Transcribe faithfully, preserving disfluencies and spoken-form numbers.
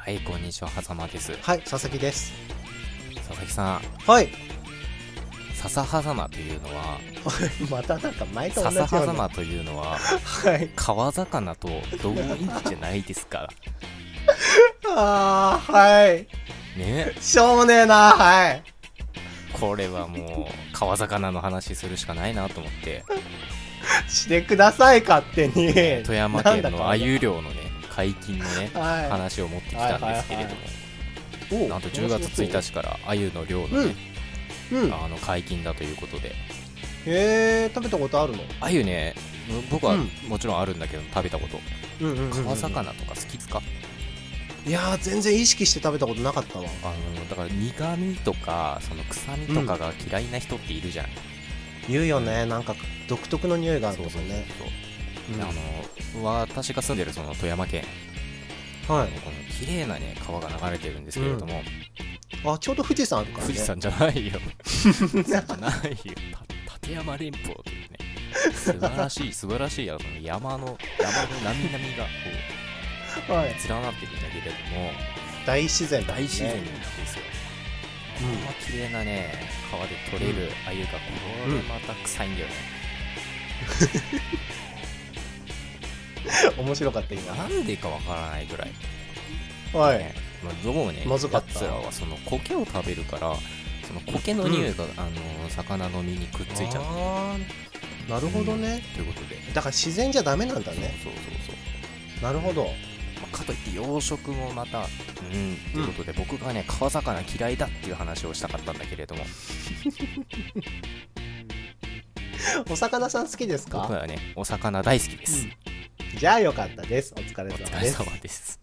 はい、こんにちは、はざまです。 はい、佐々木です。 佐々木さん、 はい。 笹はざまというのはまたなんか前と同じような。 笹はざまというのははい。 川魚と同義じゃないですか。 あー、はい。 ね。 しょうもねえな、はい。 これはもう川魚の話するしかないなと思ってしてください、勝手に。 富山県の鮎漁のね解禁のね、 はい、 話を持ってきたんですけれども、はいはいはい、なんとじゅうがつついたちから鮎の漁のね、うんうん、あの解禁だということで。 へー、食べたことあるの？ 鮎ね、僕はもちろんあるんだけど、うん、食べたこと、 うんうんうんうん、 川魚とか好きですか？ いやー、全然意識して食べたことなかったわ。 あのだから苦味とかその臭みとかが嫌いな人っているじゃん、うん、 言うよね、なんか独特の匂いがあるとかね。そうそうそう、 うん、あの私が住んでるその富山県、はい、この綺麗なね川が流れてるんですけれども、 うん、あ、ちょうど富士山あるからね。 富士山じゃないよ富士山じゃないよ、立山連峰というね素晴らしい素晴らしいあの山の山のなみなみがこう、はい、連なってるんだけれども、 大自然だ、ね、 大自然なんですよ。こんな綺麗なね川で取れる鮎がこれまた臭いんだよね、 うん、面白かった今。 なんでかわからないぐらい、 はい、 ね、まあ、どうもね、 まずかった。 やつらはその苔を食べるから、その苔の匂いが、うん、あの魚の身にくっついちゃう。 あー、なるほどね、 うん、ということで、 だから自然じゃダメなんだね。 そうそうそうそう、 なるほど。 まあ、かといって養殖もまた、うん、ということで、うん、僕がね川魚嫌いだっていう話をしたかったんだけれどもお魚さん好きですか？ 僕はねお魚大好きです、 うん、じゃあよかったです。お疲れ様です。 お疲れ様です。